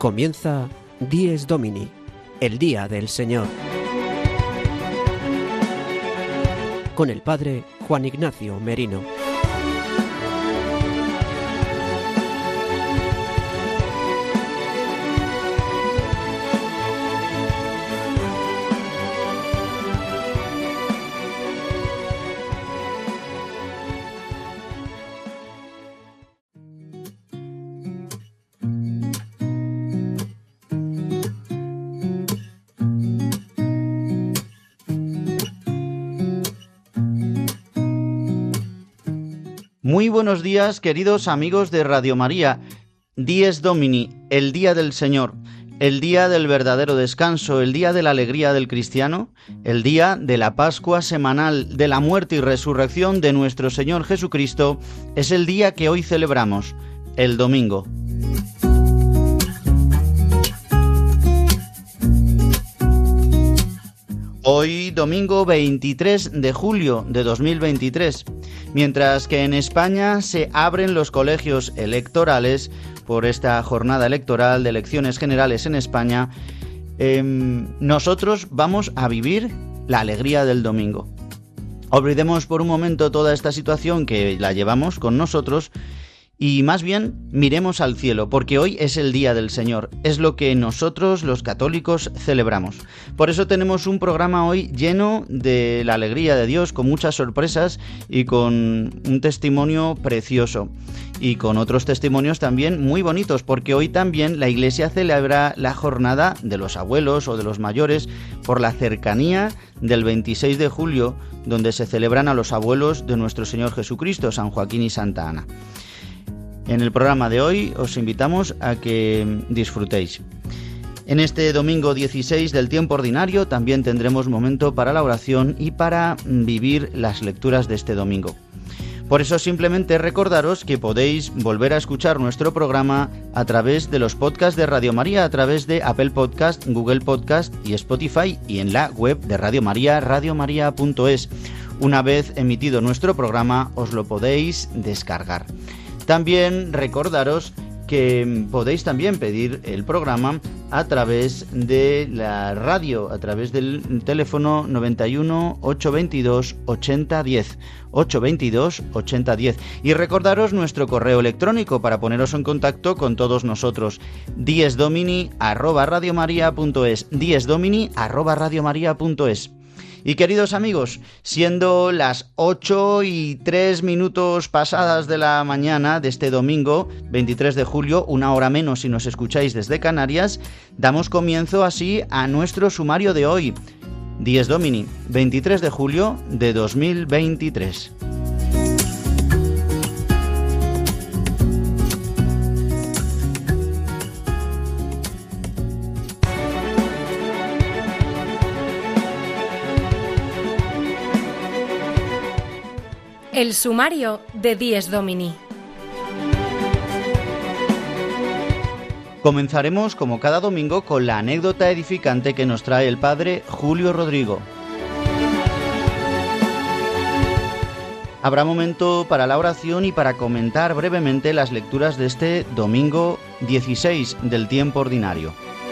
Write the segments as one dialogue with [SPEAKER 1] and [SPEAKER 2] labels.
[SPEAKER 1] Comienza Dies Domini, el Día del Señor, con el Padre Juan Ignacio Merino.
[SPEAKER 2] Muy buenos días, queridos amigos de Radio María. Dies Domini, el Día del Señor, el día del verdadero descanso, el día de la alegría del cristiano, el día de la Pascua semanal, de la muerte y resurrección de nuestro Señor Jesucristo, es el día que hoy celebramos, el domingo. Hoy, domingo 23 de julio de 2023, mientras que en España se abren los colegios electorales por esta jornada electoral de elecciones generales en España, nosotros vamos a vivir la alegría del domingo. Olvidemos por un momento toda esta situación que la llevamos con nosotros y más bien miremos al cielo, porque hoy es el Día del Señor, es lo que nosotros los católicos celebramos. Por eso tenemos un programa hoy lleno de la alegría de Dios, con muchas sorpresas y con un testimonio precioso. Y con otros testimonios también muy bonitos, porque hoy también la Iglesia celebra la jornada de los abuelos o de los mayores por la cercanía del 26 de julio, donde se celebran a los abuelos de nuestro Señor Jesucristo, San Joaquín y Santa Ana. En el programa de hoy os invitamos a que disfrutéis. En este domingo 16 del tiempo ordinario también tendremos momento para la oración y para vivir las lecturas de este domingo. Por eso simplemente recordaros que podéis volver a escuchar nuestro programa a través de los podcasts de Radio María, a través de Apple Podcast, Google Podcast y Spotify, y en la web de Radio María, radiomaria.es. Una vez emitido nuestro programa os lo podéis descargar. También recordaros que podéis también pedir el programa a través de la radio, a través del teléfono 91 822 8010, 822 8010. Y recordaros nuestro correo electrónico para poneros en contacto con todos nosotros, diesdomini@radiomaria.es, diesdomini@radiomaria.es. Y queridos amigos, siendo las 8:03 pasadas de la mañana de este domingo 23 de julio, una hora menos si nos escucháis desde Canarias, damos comienzo así a nuestro sumario de hoy, Dies Domini, 23 de julio de 2023.
[SPEAKER 3] El sumario de Dies Domini.
[SPEAKER 2] Comenzaremos como cada domingo con la anécdota edificante que nos trae el padre Julio Rodrigo. Habrá momento para la oración y para comentar brevemente las lecturas de este domingo 16 del tiempo ordinario.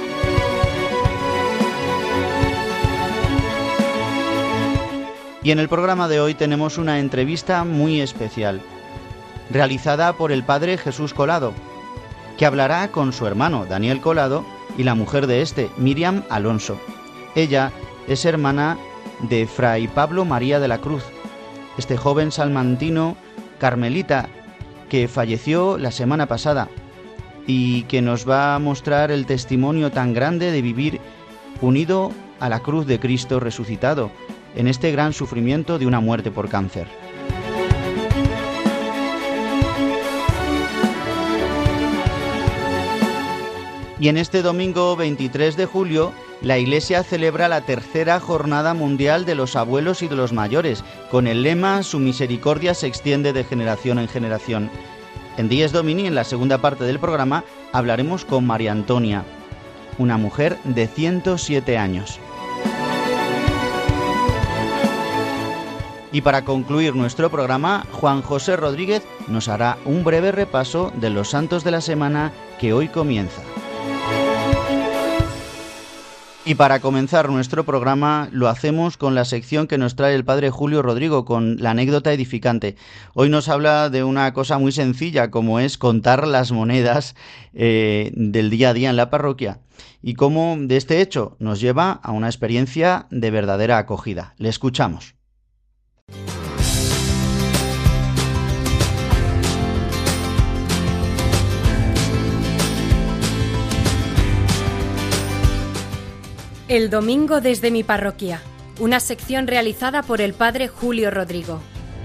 [SPEAKER 2] Y en el programa de hoy tenemos una entrevista muy especial, realizada por el padre Jesús Colado, que hablará con su hermano Daniel Colado y la mujer de este, Miriam Alonso. Ella es hermana de Fray Pablo María de la Cruz, este joven salmantino carmelita que falleció la semana pasada y que nos va a mostrar el testimonio tan grande de vivir unido a la cruz de Cristo resucitado, en este gran sufrimiento de una muerte por cáncer. Y en este domingo 23 de julio, la Iglesia celebra la tercera Jornada Mundial de los Abuelos y de los Mayores, con el lema «Su misericordia se extiende de generación en generación». En Dies Domini, en la segunda parte del programa, hablaremos con María Antonia, una mujer de 107 años. Y para concluir nuestro programa, Juan José Rodríguez nos hará un breve repaso de los santos de la semana que hoy comienza. Y para comenzar nuestro programa lo hacemos con la sección que nos trae el padre Julio Rodrigo, con la anécdota edificante. Hoy nos habla de una cosa muy sencilla, como es contar las monedas del día a día en la parroquia, y cómo de este hecho nos lleva a una experiencia de verdadera acogida. Le escuchamos.
[SPEAKER 3] El domingo desde mi parroquia, una sección realizada por el padre Julio Rodrigo.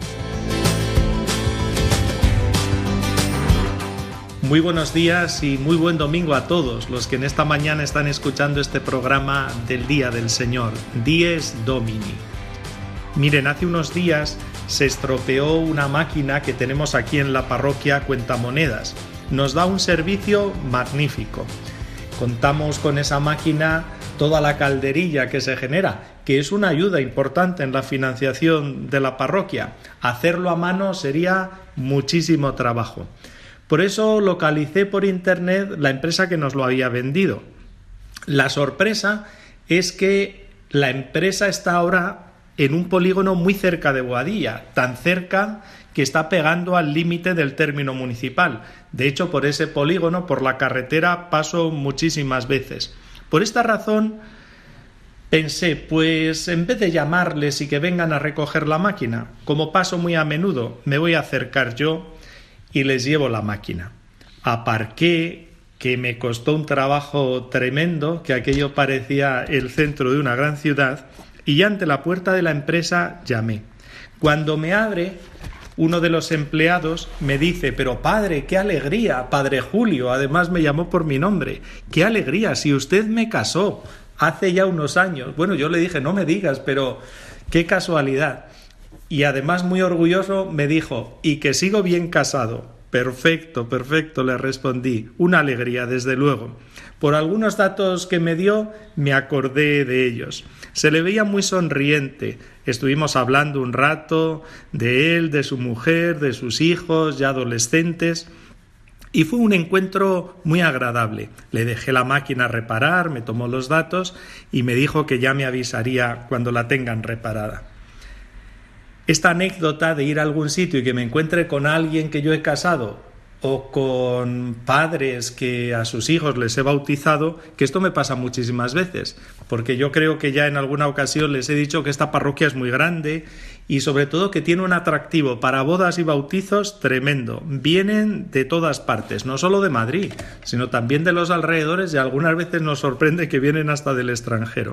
[SPEAKER 4] Muy buenos días y muy buen domingo a todos los que en esta mañana están escuchando este programa del Día del Señor, Dies Domini. Miren, hace unos días se estropeó una máquina que tenemos aquí en la parroquia Cuentamonedas. Nos da un servicio magnífico. Contamos con esa máquina toda la calderilla que se genera, que es una ayuda importante en la financiación de la parroquia. Hacerlo a mano sería muchísimo trabajo. Por eso localicé por internet la empresa que nos lo había vendido. La sorpresa es que la empresa está ahora en un polígono muy cerca de Boadilla, tan cerca que está pegando al límite del término municipal. De hecho, por ese polígono, por la carretera, paso muchísimas veces. Por esta razón pensé, pues en vez de llamarles y que vengan a recoger la máquina, como paso muy a menudo, me voy a acercar yo y les llevo la máquina. Aparqué, que me costó un trabajo tremendo, que aquello parecía el centro de una gran ciudad, y ante la puerta de la empresa llamé. Cuando me abre, uno de los empleados me dice: pero padre, qué alegría, padre Julio, además me llamó por mi nombre, qué alegría, si usted me casó hace ya unos años. Bueno, yo le dije, no me digas, pero qué casualidad. Y además muy orgulloso me dijo, y que sigo bien casado. Perfecto, perfecto, le respondí, una alegría desde luego. Por algunos datos que me dio, me acordé de ellos. Se le veía muy sonriente. Estuvimos hablando un rato de él, de su mujer, de sus hijos ya adolescentes, y fue un encuentro muy agradable. Le dejé la máquina reparar, me tomó los datos y me dijo que ya me avisaría cuando la tengan reparada. Esta anécdota de ir a algún sitio y que me encuentre con alguien que yo he casado o con padres que a sus hijos les he bautizado, que esto me pasa muchísimas veces, porque yo creo que ya en alguna ocasión les he dicho que esta parroquia es muy grande y sobre todo que tiene un atractivo para bodas y bautizos tremendo. Vienen de todas partes, no solo de Madrid, sino también de los alrededores, y algunas veces nos sorprende que vienen hasta del extranjero.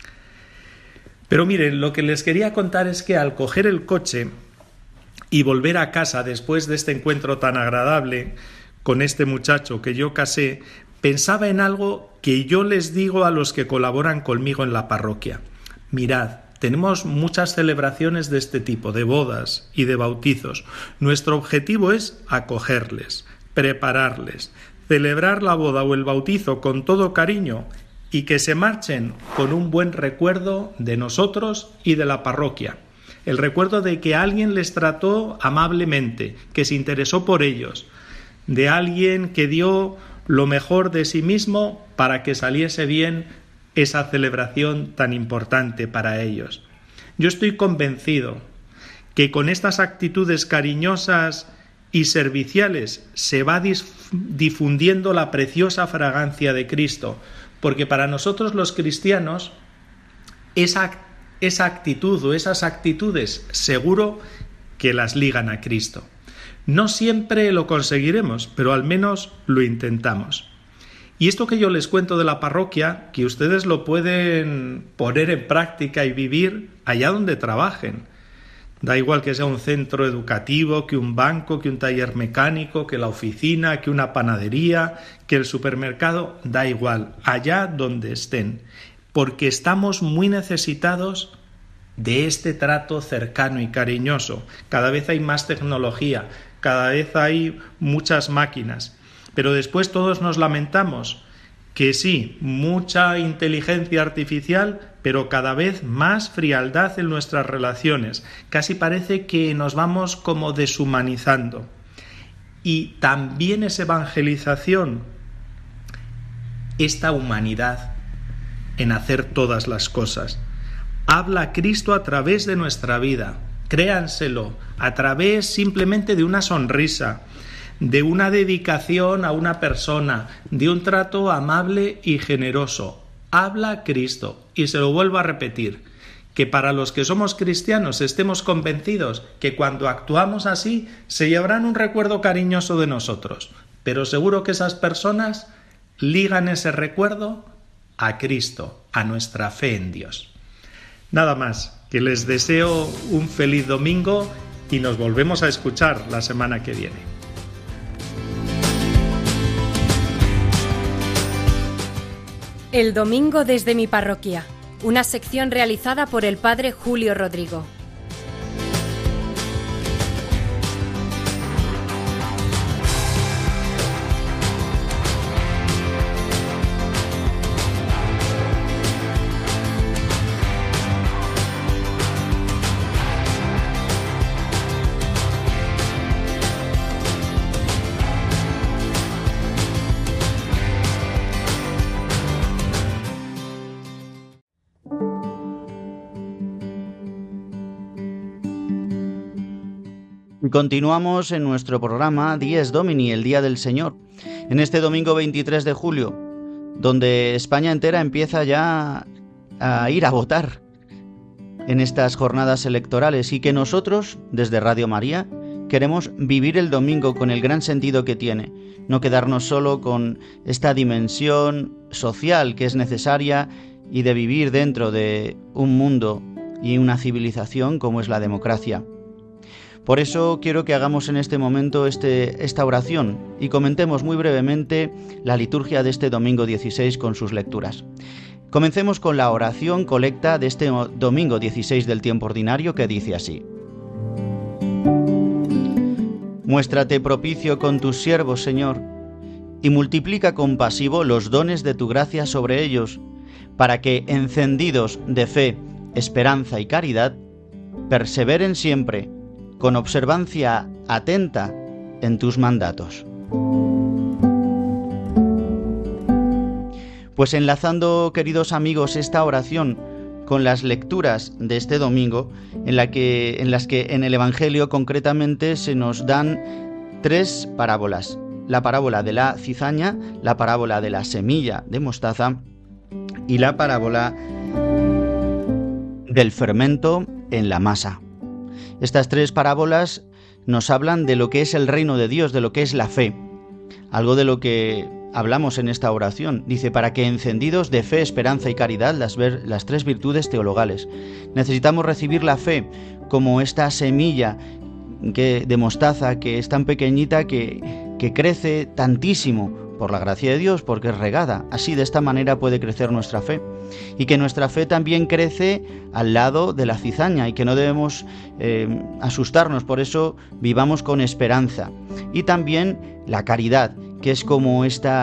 [SPEAKER 4] Pero miren, lo que les quería contar es que al coger el coche y volver a casa después de este encuentro tan agradable con este muchacho que yo casé, pensaba en algo que yo les digo a los que colaboran conmigo en la parroquia. Mirad, tenemos muchas celebraciones de este tipo, de bodas y de bautizos. Nuestro objetivo es acogerles, prepararles, celebrar la boda o el bautizo con todo cariño y que se marchen con un buen recuerdo de nosotros y de la parroquia. El recuerdo de que alguien les trató amablemente, que se interesó por ellos, de alguien que dio lo mejor de sí mismo para que saliese bien esa celebración tan importante para ellos. Yo estoy convencido que con estas actitudes cariñosas y serviciales se va difundiendo la preciosa fragancia de Cristo, porque para nosotros los cristianos esa actitud o esas actitudes seguro que las ligan a Cristo. No siempre lo conseguiremos, pero al menos lo intentamos. Y esto que yo les cuento de la parroquia, que ustedes lo pueden poner en práctica y vivir allá donde trabajen. Da igual que sea un centro educativo, que un banco, que un taller mecánico, que la oficina, que una panadería, que el supermercado, da igual, allá donde estén, porque estamos muy necesitados de este trato cercano y cariñoso. Cada vez hay más tecnología, cada vez hay muchas máquinas, pero después todos nos lamentamos que sí, mucha inteligencia artificial, pero cada vez más frialdad en nuestras relaciones. Casi parece que nos vamos como deshumanizando. Y también es evangelización esta humanidad en hacer todas las cosas. Habla Cristo a través de nuestra vida, créanselo, a través simplemente de una sonrisa, de una dedicación a una persona, de un trato amable y generoso. Habla Cristo, y se lo vuelvo a repetir, que para los que somos cristianos estemos convencidos que cuando actuamos así se llevarán un recuerdo cariñoso de nosotros, pero seguro que esas personas ligan ese recuerdo a Cristo, a nuestra fe en Dios. Nada más, que les deseo un feliz domingo y nos volvemos a escuchar la semana que viene.
[SPEAKER 3] El domingo desde mi parroquia, una sección realizada por el padre Julio Rodrigo.
[SPEAKER 2] Continuamos en nuestro programa Dies Domini, el Día del Señor, en este domingo 23 de julio, donde España entera empieza ya a ir a votar en estas jornadas electorales y que nosotros, desde Radio María, queremos vivir el domingo con el gran sentido que tiene, no quedarnos solo con esta dimensión social que es necesaria y de vivir dentro de un mundo y una civilización como es la democracia. Por eso quiero que hagamos en este momento esta oración y comentemos muy brevemente la liturgia de este domingo 16 con sus lecturas. Comencemos con la oración colecta de este domingo 16 del tiempo ordinario que dice así: Muéstrate propicio con tus siervos, Señor, y multiplica compasivo los dones de tu gracia sobre ellos, para que, encendidos de fe, esperanza y caridad, perseveren siempre con observancia atenta en tus mandatos. Pues enlazando, queridos amigos, esta oración con las lecturas de este domingo, en las que en el Evangelio concretamente se nos dan 3 parábolas: la parábola de la cizaña, la parábola de la semilla de mostaza y la parábola del fermento en la masa. Estas 3 parábolas nos hablan de lo que es el reino de Dios, de lo que es la fe, algo de lo que hablamos en esta oración. Dice, para que encendidos de fe, esperanza y caridad, las 3 virtudes teologales. Necesitamos recibir la fe como esta semilla de mostaza que es tan pequeñita que crece tantísimo por la gracia de Dios, porque es regada. Así, de esta manera puede crecer nuestra fe. Y que nuestra fe también crece al lado de la cizaña y que no debemos asustarnos, por eso vivamos con esperanza. Y también la caridad, que es como este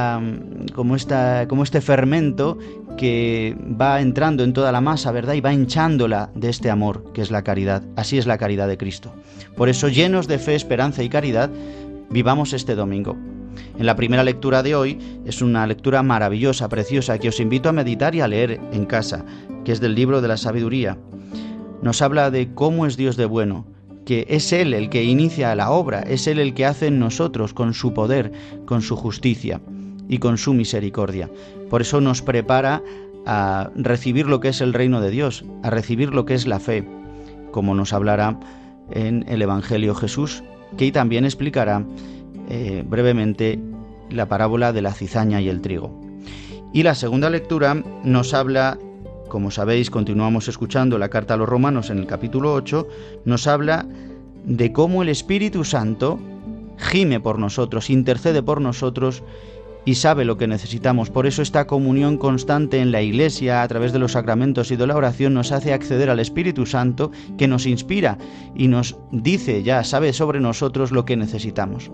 [SPEAKER 2] fermento que va entrando en toda la masa, ¿verdad? Y va hinchándola de este amor, que es la caridad. Así es la caridad de Cristo. Por eso, llenos de fe, esperanza y caridad, vivamos este domingo. En la primera lectura de hoy es una lectura maravillosa, preciosa, que os invito a meditar y a leer en casa, que es del libro de la sabiduría. Nos habla de cómo es Dios de bueno, que es Él el que inicia la obra, es Él el que hace en nosotros con su poder, con su justicia y con su misericordia. Por eso nos prepara a recibir lo que es el reino de Dios, a recibir lo que es la fe, como nos hablará en el Evangelio Jesús, que también explicará brevemente la parábola de la cizaña y el trigo. Y la segunda lectura nos habla, como sabéis, continuamos escuchando la carta a los Romanos en el capítulo 8, nos habla de cómo el Espíritu Santo gime por nosotros, intercede por nosotros y sabe lo que necesitamos. Por eso esta comunión constante en la Iglesia, a través de los sacramentos y de la oración, nos hace acceder al Espíritu Santo, que nos inspira y nos dice, ya sabe sobre nosotros lo que necesitamos.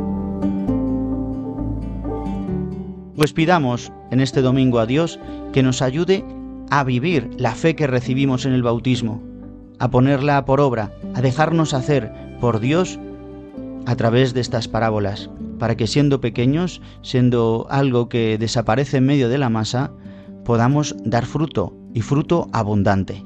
[SPEAKER 2] Pues pidamos en este domingo a Dios que nos ayude a vivir la fe que recibimos en el bautismo, a ponerla por obra, a dejarnos hacer por Dios a través de estas parábolas, para que siendo pequeños, siendo algo que desaparece en medio de la masa, podamos dar fruto y fruto abundante.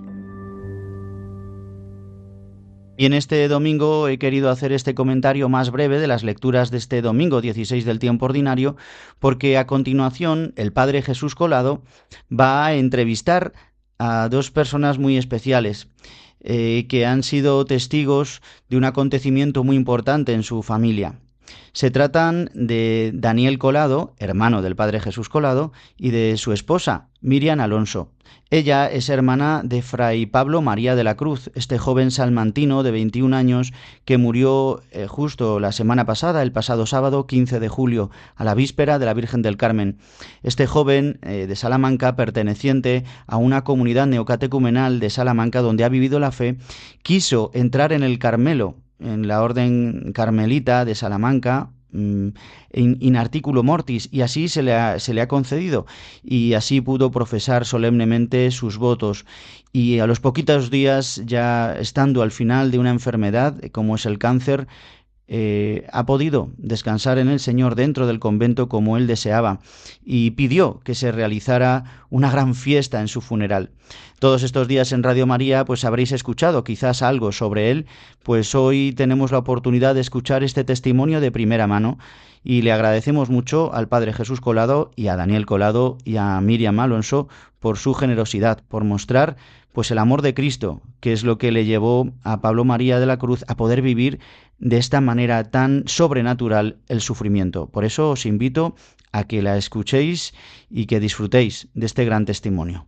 [SPEAKER 2] Y en este domingo he querido hacer este comentario más breve de las lecturas de este domingo 16 del tiempo ordinario, porque a continuación el Padre Jesús Colado va a entrevistar a dos personas muy especiales que han sido testigos de un acontecimiento muy importante en su familia. Se tratan de Daniel Colado, hermano del Padre Jesús Colado, y de su esposa, Miriam Alonso. Ella es hermana de Fray Pablo María de la Cruz, este joven salmantino de 21 años que murió justo la semana pasada, el pasado sábado 15 de julio, a la víspera de la Virgen del Carmen. Este joven de Salamanca, perteneciente a una comunidad neocatecumenal de Salamanca donde ha vivido la fe, quiso entrar en el Carmelo, en la orden carmelita de Salamanca, in articulo mortis, y así se le ha concedido, y así pudo profesar solemnemente sus votos. Y a los poquitos días, ya estando al final de una enfermedad como es el cáncer, ha podido descansar en el Señor dentro del convento como él deseaba, y pidió que se realizara una gran fiesta en su funeral. Todos estos días en Radio María pues habréis escuchado quizás algo sobre él, pues hoy tenemos la oportunidad de escuchar este testimonio de primera mano, y le agradecemos mucho al Padre Jesús Colado y a Daniel Colado y a Miriam Alonso por su generosidad, por mostrar pues el amor de Cristo, que es lo que le llevó a Pablo María de la Cruz a poder vivir de esta manera tan sobrenatural el sufrimiento. Por eso os invito a que la escuchéis y que disfrutéis de este gran testimonio.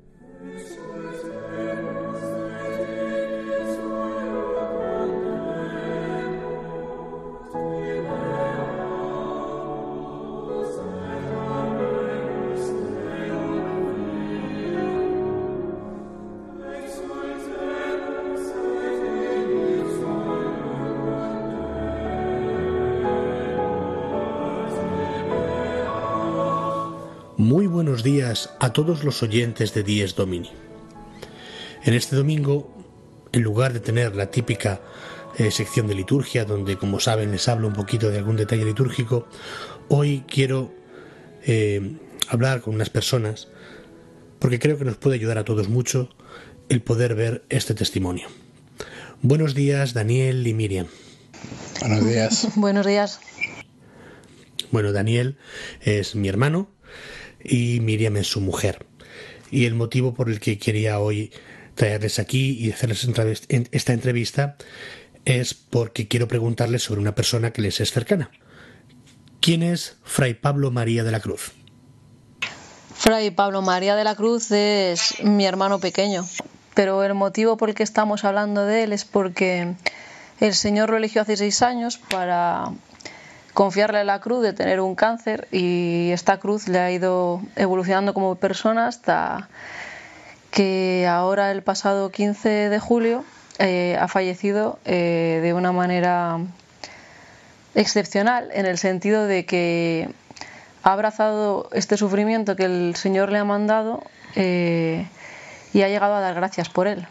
[SPEAKER 5] Muy buenos días a todos los oyentes de Dies Domini. En este domingo, en lugar de tener la típica sección de liturgia, donde, como saben, les hablo un poquito de algún detalle litúrgico, hoy quiero hablar con unas personas, porque creo que nos puede ayudar a todos mucho el poder ver este testimonio. Buenos días, Daniel y Miriam.
[SPEAKER 6] Buenos días.
[SPEAKER 7] Buenos días.
[SPEAKER 5] Bueno, Daniel es mi hermano y Miriam es su mujer. Y el motivo por el que quería hoy traerles aquí y hacerles esta entrevista es porque quiero preguntarles sobre una persona que les es cercana. ¿Quién es Fray Pablo María de la Cruz?
[SPEAKER 7] Fray Pablo María de la Cruz es mi hermano pequeño, pero el motivo por el que estamos hablando de él es porque el Señor lo eligió hace 6 años para confiarle la cruz de tener un cáncer, y esta cruz le ha ido evolucionando como persona hasta que ahora, el pasado 15 de julio, ha fallecido de una manera excepcional, en el sentido de que ha abrazado este sufrimiento que el Señor le ha mandado y ha llegado a dar gracias por él.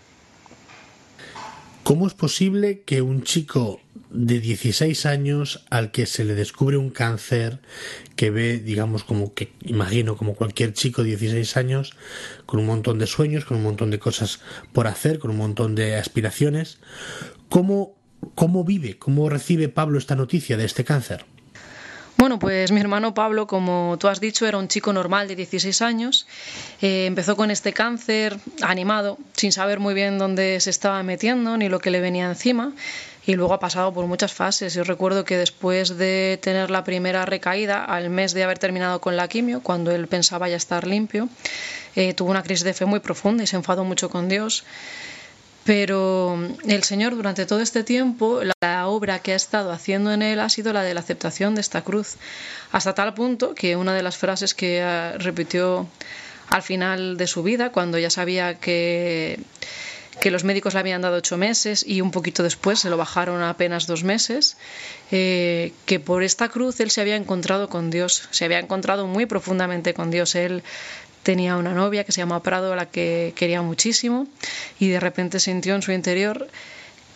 [SPEAKER 5] ¿Cómo es posible que un chico de 16 años al que se le descubre un cáncer, que ve, digamos, como que imagino como cualquier chico de 16 años, con un montón de sueños, con un montón de cosas por hacer, con un montón de aspiraciones, ¿cómo vive, cómo recibe Pablo esta noticia de este cáncer?
[SPEAKER 7] Bueno, pues mi hermano Pablo, como tú has dicho, era un chico normal de 16 años. Empezó con este cáncer animado, sin saber muy bien dónde se estaba metiendo ni lo que le venía encima, y luego ha pasado por muchas fases. Yo recuerdo que después de tener la primera recaída, al mes de haber terminado con la quimio, cuando él pensaba ya estar limpio, tuvo una crisis de fe muy profunda y se enfadó mucho con Dios. Pero el Señor, durante todo este tiempo, la obra que ha estado haciendo en él ha sido la de la aceptación de esta cruz, hasta tal punto que una de las frases que repitió al final de su vida, cuando ya sabía que los médicos le habían dado 8 meses y un poquito después se lo bajaron a apenas 2 meses, que por esta cruz él se había encontrado con Dios, se había encontrado muy profundamente con Dios. Él tenía una novia que se llama Prado, a la que quería muchísimo, y de repente sintió en su interior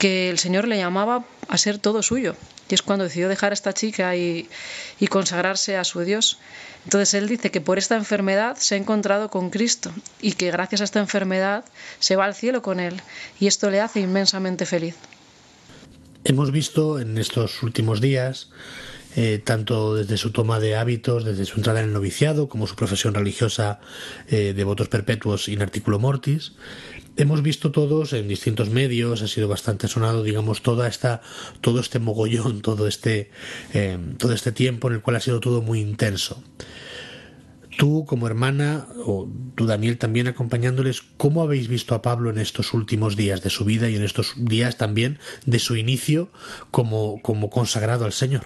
[SPEAKER 7] que el Señor le llamaba a ser todo suyo. Y es cuando decidió dejar a esta chica y consagrarse a su Dios. Entonces él dice que por esta enfermedad se ha encontrado con Cristo y que gracias a esta enfermedad se va al cielo con Él. Y esto le hace inmensamente feliz.
[SPEAKER 5] Hemos visto en estos últimos días, tanto desde su toma de hábitos, desde su entrada en el noviciado, como su profesión religiosa de votos perpetuos in articulo mortis, hemos visto todos en distintos medios, ha sido bastante sonado, digamos, todo este mogollón, todo este tiempo en el cual ha sido todo muy intenso. Tú, como hermana, o tú, Daniel, también acompañándoles, ¿cómo habéis visto a Pablo en estos últimos días de su vida y en estos días también de su inicio como consagrado al Señor?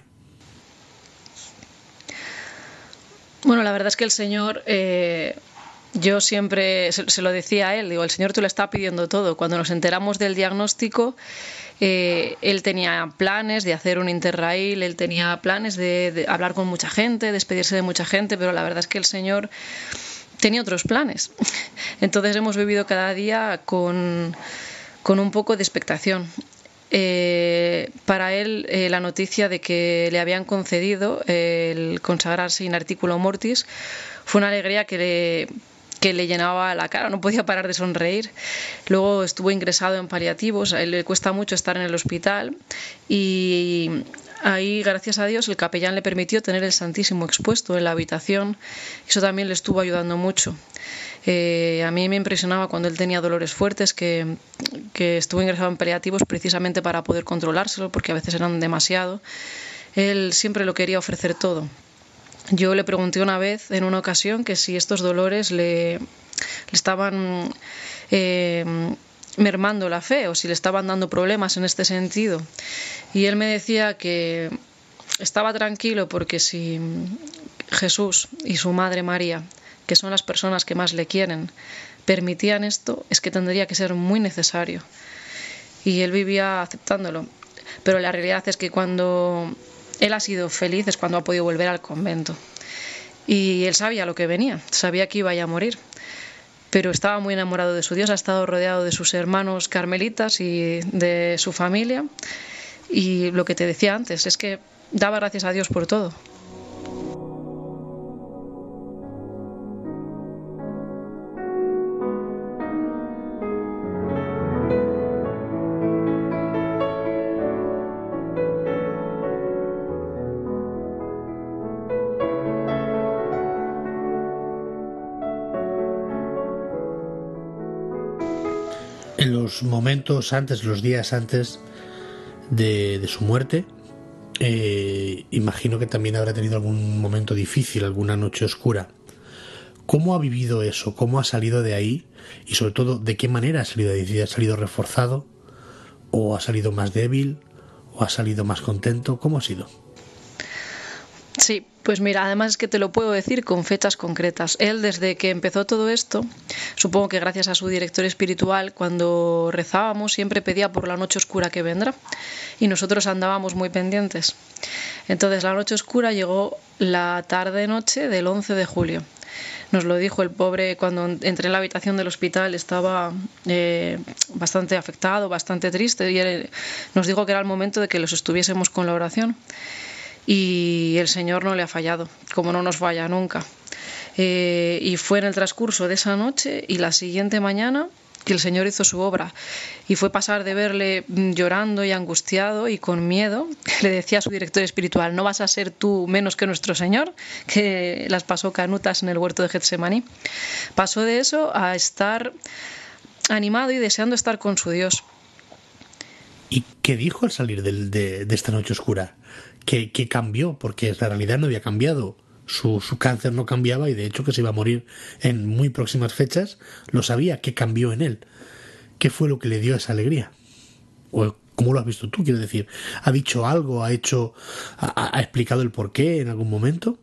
[SPEAKER 7] Bueno, la verdad es que el Señor... Yo siempre se lo decía a él, digo, el Señor te lo está pidiendo todo. Cuando nos enteramos del diagnóstico, él tenía planes de hacer un interrail, él tenía planes de hablar con mucha gente, despedirse de mucha gente, pero la verdad es que el Señor tenía otros planes. Entonces hemos vivido cada día con un poco de expectación. Para él la noticia de que le habían concedido el consagrarse in articulo mortis fue una alegría que le llenaba la cara, no podía parar de sonreír. Luego estuvo ingresado en paliativos, a él le cuesta mucho estar en el hospital y ahí, gracias a Dios, el capellán le permitió tener el Santísimo expuesto en la habitación. Eso también le estuvo ayudando mucho. A mí me impresionaba cuando él tenía dolores fuertes que estuvo ingresado en paliativos precisamente para poder controlárselo, porque a veces eran demasiado. Él siempre lo quería ofrecer todo. Yo le pregunté una vez, en una ocasión, que si estos dolores le estaban mermando la fe o si le estaban dando problemas en este sentido. Y él me decía que estaba tranquilo porque si Jesús y su madre María, que son las personas que más le quieren, permitían esto, es que tendría que ser muy necesario. Y él vivía aceptándolo. Pero la realidad es que cuando él ha sido feliz es cuando ha podido volver al convento. Y él sabía lo que venía, sabía que iba a morir. Pero estaba muy enamorado de su Dios, ha estado rodeado de sus hermanos carmelitas y de su familia. Y lo que te decía antes, es que daba gracias a Dios por todo.
[SPEAKER 5] En los momentos antes, los días antes de su muerte, imagino que también habrá tenido algún momento difícil, alguna noche oscura. ¿Cómo ha vivido eso? ¿Cómo ha salido de ahí? Y sobre todo, ¿de qué manera ha salido de ahí? ¿Ha salido reforzado? ¿O ha salido más débil? ¿O ha salido más contento? ¿Cómo ha sido?
[SPEAKER 7] Sí, pues mira, además es que te lo puedo decir con fechas concretas. Él, desde que empezó todo esto, supongo que gracias a su director espiritual, cuando rezábamos siempre pedía por la noche oscura que vendrá y nosotros andábamos muy pendientes. Entonces la noche oscura llegó la tarde-noche del 11 de julio. Nos lo dijo el pobre, cuando entré en la habitación del hospital estaba bastante afectado, bastante triste, y él nos dijo que era el momento de que los estuviésemos con la oración. Y el Señor no le ha fallado, como no nos falla nunca. Y fue en el transcurso de esa noche y la siguiente mañana que el Señor hizo su obra. Y fue pasar de verle llorando y angustiado y con miedo. Le decía a su director espiritual: no vas a ser tú menos que nuestro Señor, que las pasó canutas en el huerto de Getsemaní. Pasó de eso a estar animado y deseando estar con su Dios.
[SPEAKER 5] ¿Y qué dijo al salir de esta noche oscura? ¿Qué cambió? Porque la realidad no había cambiado. Su cáncer no cambiaba y de hecho que se iba a morir en muy próximas fechas. Lo sabía. ¿Qué cambió en él? ¿Qué fue lo que le dio esa alegría? ¿O cómo lo has visto tú? Quiero decir, ¿ha dicho algo? ¿Ha explicado el porqué en algún momento?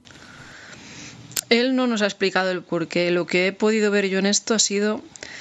[SPEAKER 7] Él no nos ha explicado el porqué. Lo que he podido ver yo en esto ha sido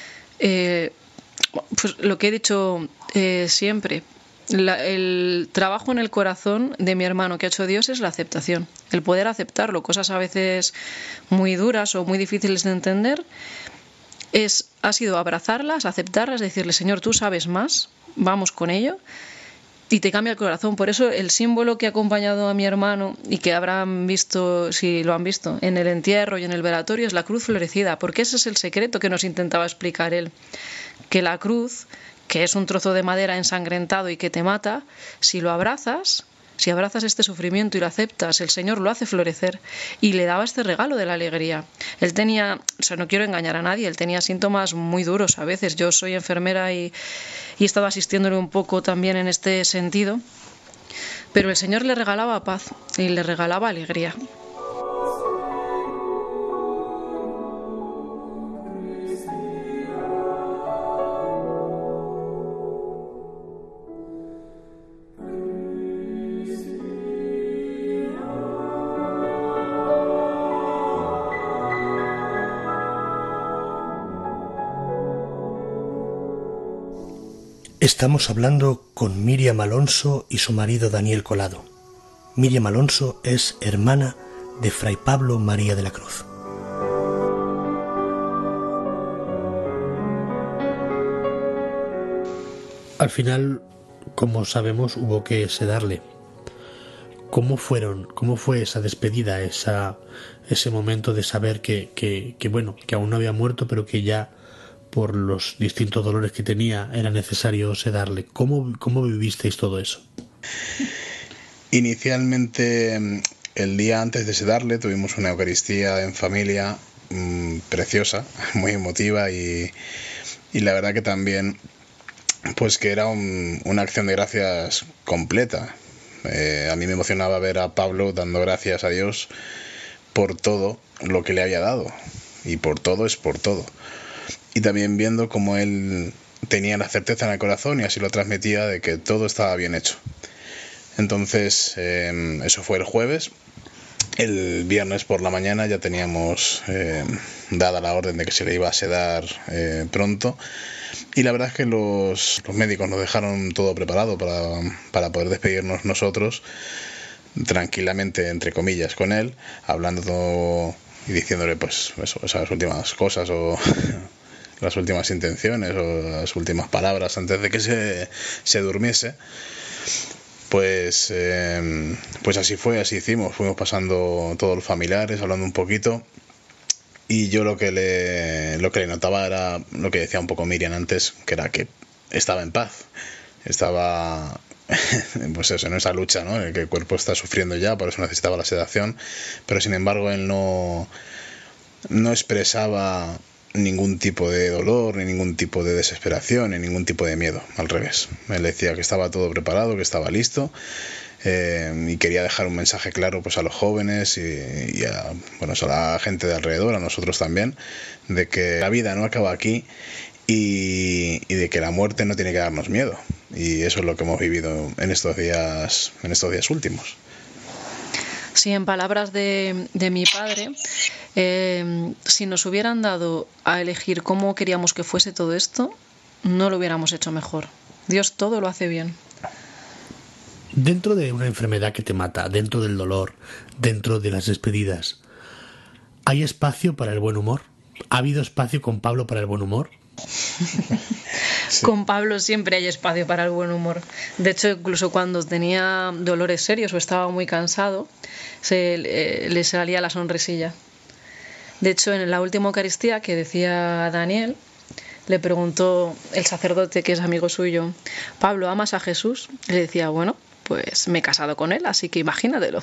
[SPEAKER 7] pues lo que he dicho siempre. El trabajo en el corazón de mi hermano que ha hecho Dios es la aceptación, el poder aceptarlo, cosas a veces muy duras o muy difíciles de entender, ha sido abrazarlas, aceptarlas, decirle, Señor, tú sabes más, vamos con ello, y te cambia el corazón. Por eso el símbolo que ha acompañado a mi hermano y que habrán visto, si lo han visto, en el entierro y en el velatorio, es la cruz florecida, porque ese es el secreto que nos intentaba explicar él, que la cruz, que es un trozo de madera ensangrentado y que te mata, si lo abrazas, si abrazas este sufrimiento y lo aceptas, el Señor lo hace florecer, y le daba este regalo de la alegría. Él tenía, no quiero engañar a nadie, él tenía síntomas muy duros a veces. Yo soy enfermera y he estado asistiéndole un poco también en este sentido, pero el Señor le regalaba paz y le regalaba alegría.
[SPEAKER 5] Estamos hablando con Miriam Alonso y su marido Daniel Colado. Miriam Alonso es hermana de Fray Pablo María de la Cruz. Al final, como sabemos, hubo que sedarle. ¿Cómo fue esa despedida, ese momento de saber que aún no había muerto, pero que ya por los distintos dolores que tenía era necesario sedarle? ¿Cómo vivisteis todo eso?
[SPEAKER 6] Inicialmente, el día antes de sedarle, tuvimos una Eucaristía en familia preciosa, muy emotiva y la verdad que también pues que era una acción de gracias completa. A mí me emocionaba ver a Pablo dando gracias a Dios por todo lo que le había dado, y por todo es por todo. Y también viendo cómo él tenía la certeza en el corazón y así lo transmitía de que todo estaba bien hecho. Entonces, eso fue el jueves. El viernes por la mañana ya teníamos dada la orden de que se le iba a sedar pronto. Y la verdad es que los médicos nos dejaron todo preparado para poder despedirnos nosotros tranquilamente, entre comillas, con él, hablando todo y diciéndole pues eso, esas últimas cosas o las últimas intenciones o las últimas palabras antes de que se durmiese. Pues así fue, así hicimos. Fuimos pasando todos los familiares, hablando un poquito. Y yo lo que le notaba era lo que decía un poco Miriam antes, que era que estaba en paz. Estaba pues eso, en esa lucha, ¿no? Que el cuerpo está sufriendo ya, por eso necesitaba la sedación. Pero sin embargo él no expresaba ningún tipo de dolor, ni ningún tipo de desesperación, ni ningún tipo de miedo. Al revés. Él decía que estaba todo preparado, que estaba listo. Y quería dejar un mensaje claro pues a los jóvenes y a la gente de alrededor, a nosotros también, de que la vida no acaba aquí y de que la muerte no tiene que darnos miedo. Y eso es lo que hemos vivido en estos días últimos.
[SPEAKER 7] Sí, en palabras de mi padre, si nos hubieran dado a elegir cómo queríamos que fuese todo esto, no lo hubiéramos hecho mejor. Dios todo lo hace bien.
[SPEAKER 5] Dentro de una enfermedad que te mata, dentro del dolor, dentro de las despedidas, ¿hay espacio para el buen humor? ¿Ha habido espacio con Pablo para el buen humor?
[SPEAKER 7] Sí. Con Pablo siempre hay espacio para el buen humor. De hecho, incluso cuando tenía dolores serios o estaba muy cansado, le salía la sonrisilla. De hecho, en la última Eucaristía que decía Daniel, le preguntó el sacerdote, que es amigo suyo, Pablo, ¿amas a Jesús? Y le decía, bueno, pues me he casado con él, así que imagínatelo.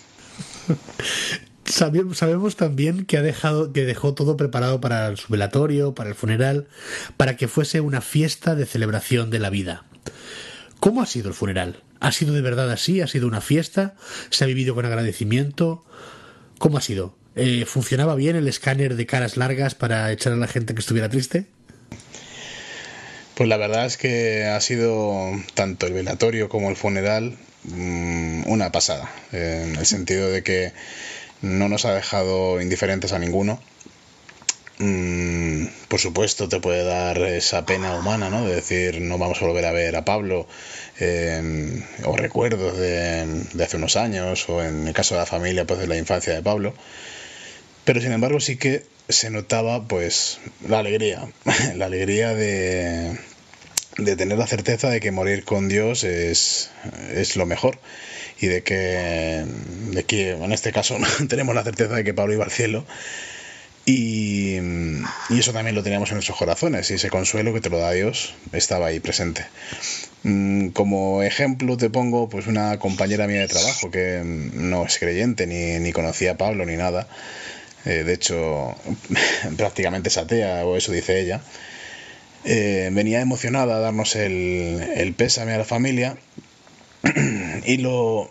[SPEAKER 5] Sabemos también que dejó todo preparado para su velatorio, para el funeral, para que fuese una fiesta de celebración de la vida. ¿Cómo ha sido el funeral? ¿Ha sido de verdad así? ¿Ha sido una fiesta? ¿Se ha vivido con agradecimiento? ¿Cómo ha sido? ¿Funcionaba bien el escáner de caras largas para echar a la gente que estuviera triste?
[SPEAKER 6] Pues la verdad es que ha sido tanto el velatorio como el funeral una pasada, en el sentido de que no nos ha dejado indiferentes a ninguno. Por supuesto te puede dar esa pena humana, ¿no? De decir, no vamos a volver a ver a Pablo, o recuerdos de hace unos años, o en el caso de la familia, pues de la infancia de Pablo. Pero sin embargo sí que se notaba pues la alegría, la alegría de tener la certeza de que morir con Dios es lo mejor, y de que en este caso tenemos la certeza de que Pablo iba al cielo, y eso también lo teníamos en nuestros corazones, y ese consuelo que te lo da Dios estaba ahí presente. Como ejemplo te pongo pues una compañera mía de trabajo que no es creyente ni conocía a Pablo ni nada, de hecho prácticamente es atea, o eso dice ella. Venía emocionada a darnos el pésame a la familia y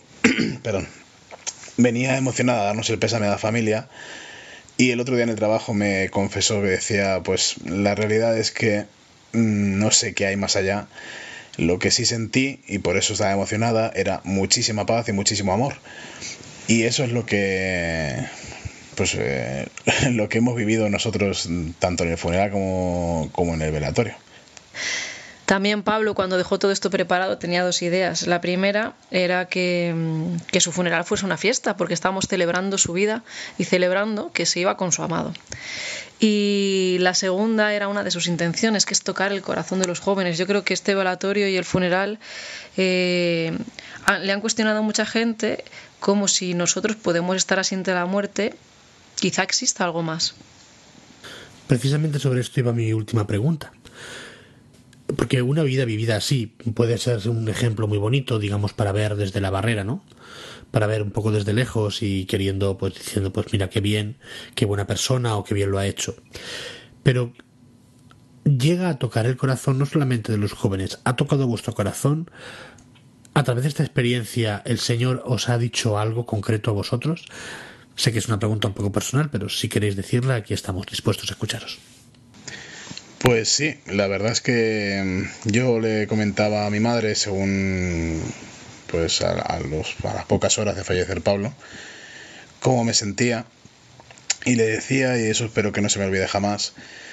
[SPEAKER 6] venía emocionada a darnos el pésame a la familia, y el otro día en el trabajo me confesó que decía, pues la realidad es que no sé qué hay más allá. Lo que sí sentí, y por eso estaba emocionada, era muchísima paz y muchísimo amor, y eso es lo que lo que hemos vivido nosotros tanto en el funeral como en el velatorio.
[SPEAKER 7] También Pablo, cuando dejó todo esto preparado, tenía dos ideas. La primera era que su funeral fuese una fiesta, porque estábamos celebrando su vida y celebrando que se iba con su amado. Y la segunda era una de sus intenciones, que es tocar el corazón de los jóvenes. Yo creo que este velatorio y el funeral le han cuestionado a mucha gente, como si nosotros podemos estar así ante la muerte, quizá exista algo más.
[SPEAKER 5] Precisamente sobre esto iba mi última pregunta. Porque una vida vivida así puede ser un ejemplo muy bonito, digamos, para ver desde la barrera, ¿no? Para ver un poco desde lejos y queriendo, pues diciendo, pues mira qué bien, qué buena persona o qué bien lo ha hecho. Pero llega a tocar el corazón no solamente de los jóvenes, ha tocado vuestro corazón. A través de esta experiencia, ¿el Señor os ha dicho algo concreto a vosotros? Sé que es una pregunta un poco personal, pero si queréis decirla, aquí estamos dispuestos a escucharos.
[SPEAKER 6] Pues sí, la verdad es que yo le comentaba a mi madre, según pues a las pocas horas de fallecer Pablo, cómo me sentía, y le decía, y eso espero que no se me olvide jamás,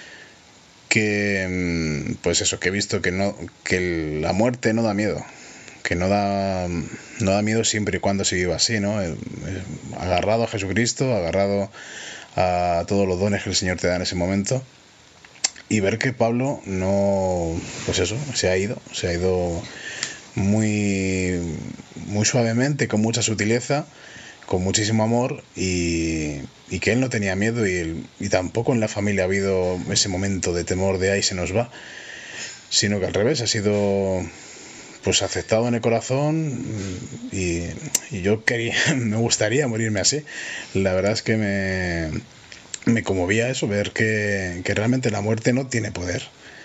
[SPEAKER 6] que pues eso, que he visto que la muerte no da miedo, que no da miedo siempre y cuando se viva así, ¿no? Agarrado a Jesucristo, agarrado a todos los dones que el Señor te da en ese momento. Y ver que Pablo no, pues eso, se ha ido muy, muy suavemente, con mucha sutileza, con muchísimo amor, y que él no tenía miedo, y tampoco en la familia ha habido ese momento de temor de ahí se nos va, sino que al revés, ha sido pues aceptado en el corazón, y yo me gustaría morirme así. La verdad es que me conmovía eso, ver que realmente la muerte no tiene poder,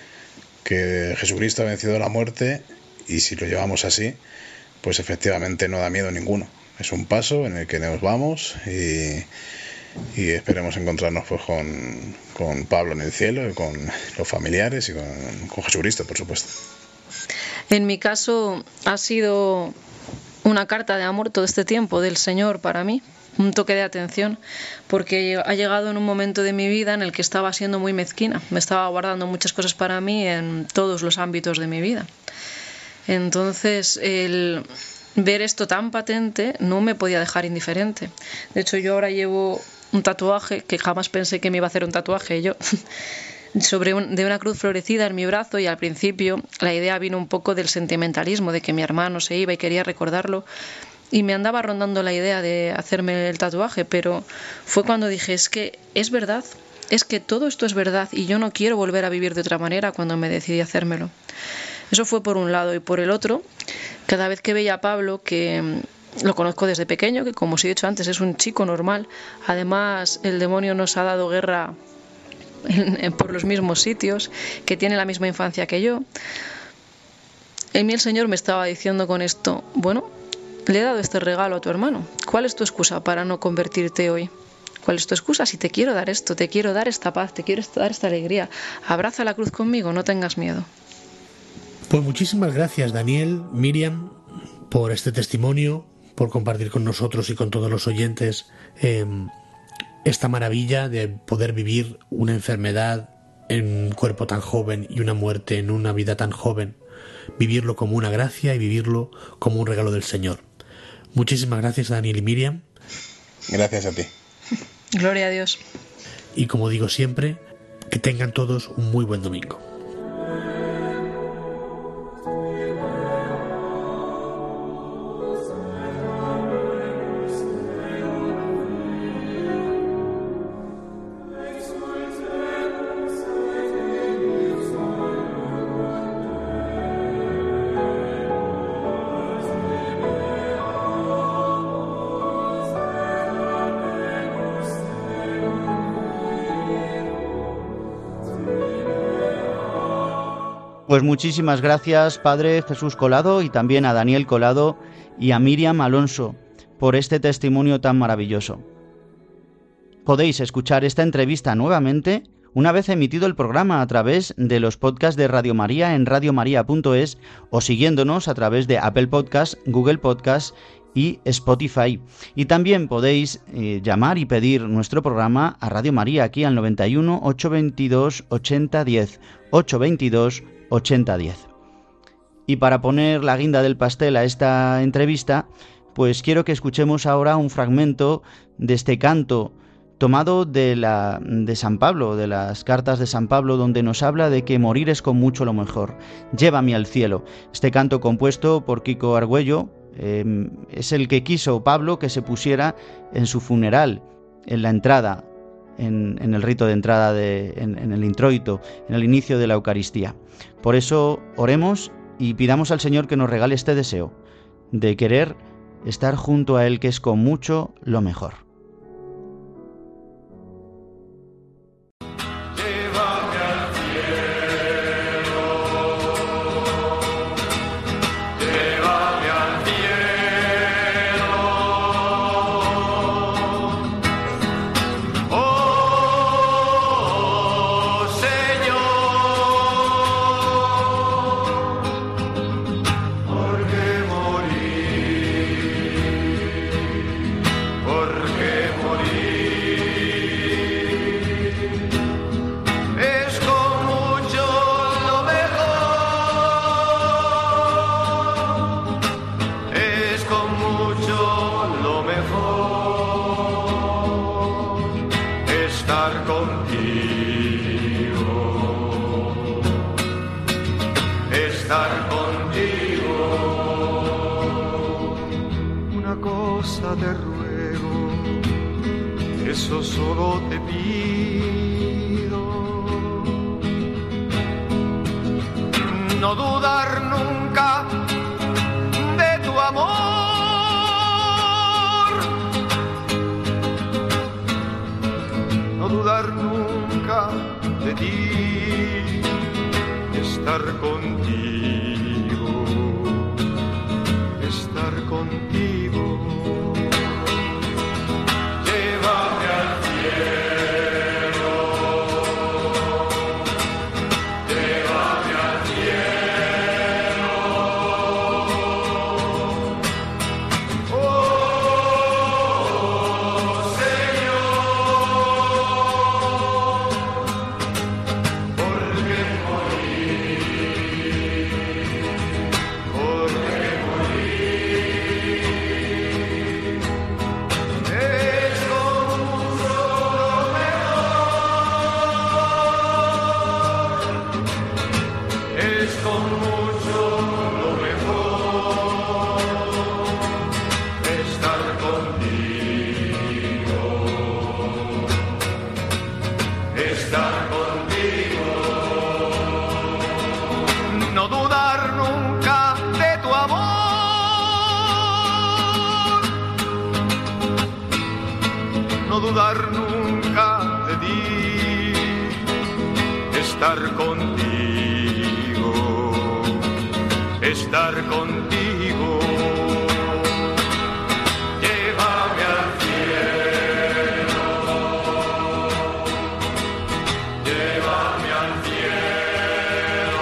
[SPEAKER 6] que Jesucristo ha vencido la muerte, y si lo llevamos así, pues efectivamente no da miedo ninguno. Es un paso en el que nos vamos, y esperemos encontrarnos pues con Pablo en el cielo, y con los familiares, y con Jesucristo, por supuesto.
[SPEAKER 7] En mi caso ha sido una carta de amor todo este tiempo del Señor para mí, un toque de atención, porque ha llegado en un momento de mi vida en el que estaba siendo muy mezquina, me estaba guardando muchas cosas para mí en todos los ámbitos de mi vida. Entonces, el ver esto tan patente no me podía dejar indiferente. De hecho, yo ahora llevo un tatuaje, que jamás pensé que me iba a hacer un tatuaje yo, de una cruz florecida en mi brazo, y al principio la idea vino un poco del sentimentalismo, de que mi hermano se iba y quería recordarlo, y me andaba rondando la idea de hacerme el tatuaje, pero fue cuando dije, es que es verdad, es que todo esto es verdad, y yo no quiero volver a vivir de otra manera, cuando me decidí a hacérmelo. Eso fue por un lado, y por el otro, cada vez que veía a Pablo, que lo conozco desde pequeño, que como os he dicho antes es un chico normal, además el demonio nos ha dado guerra por los mismos sitios, que tiene la misma infancia que yo, en mí el Señor me estaba diciendo con esto, bueno, le he dado este regalo a tu hermano, ¿cuál es tu excusa para no convertirte hoy? ¿Cuál es tu excusa? Si te quiero dar esto, te quiero dar esta paz, te quiero dar esta alegría, abraza la cruz conmigo, no tengas miedo.
[SPEAKER 5] Pues muchísimas gracias, Daniel, Miriam, por este testimonio, por compartir con nosotros y con todos los oyentes esta maravilla de poder vivir una enfermedad en un cuerpo tan joven y una muerte en una vida tan joven, vivirlo como una gracia y vivirlo como un regalo del Señor. Muchísimas gracias, Daniel y Miriam.
[SPEAKER 6] Gracias a ti.
[SPEAKER 7] Gloria a Dios.
[SPEAKER 5] y, como digo siempre, que tengan todos un muy buen domingo.
[SPEAKER 2] Pues muchísimas gracias, Padre Jesús Colado, y también a Daniel Colado y a Miriam Alonso por este testimonio tan maravilloso. Podéis escuchar esta entrevista nuevamente una vez emitido el programa a través de los podcasts de Radio María en radiomaria.es o siguiéndonos a través de Apple Podcasts, Google Podcasts y Spotify. Y también podéis llamar y pedir nuestro programa a Radio María aquí al 91 822 8010, 822 8010. Y para poner la guinda del pastel a esta entrevista, pues quiero que escuchemos ahora un fragmento de este canto tomado de San Pablo, de las cartas de San Pablo, donde nos habla de que morir es con mucho lo mejor. Llévame al cielo. Este canto, compuesto por Kiko Argüello, es el que quiso Pablo que se pusiera en su funeral, en la entrada, en el rito de entrada, en el introito, en el inicio de la Eucaristía. Por eso oremos y pidamos al Señor que nos regale este deseo de querer estar junto a Él, que es con mucho lo mejor.
[SPEAKER 8] Te ruego, eso solo te pido, no dudar nunca de tu amor, no dudar nunca de ti, estar contigo, estar contigo. Estar contigo, estar contigo, llévame al cielo, llévame al cielo.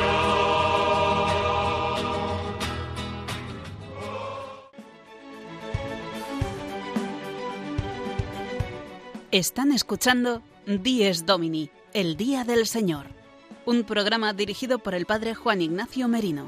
[SPEAKER 9] Están escuchando Dies Domini, el Día del Señor. Un programa dirigido por el Padre Juan Ignacio Merino.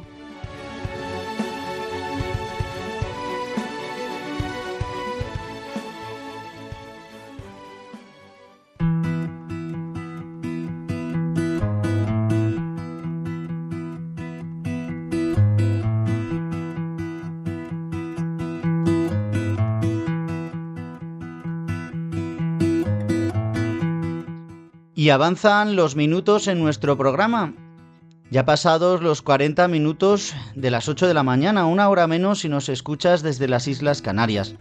[SPEAKER 2] Y avanzan los minutos en nuestro programa. Ya pasados los 40 minutos de las 8 de la mañana, 1 hora menos si nos escuchas desde las Islas Canarias.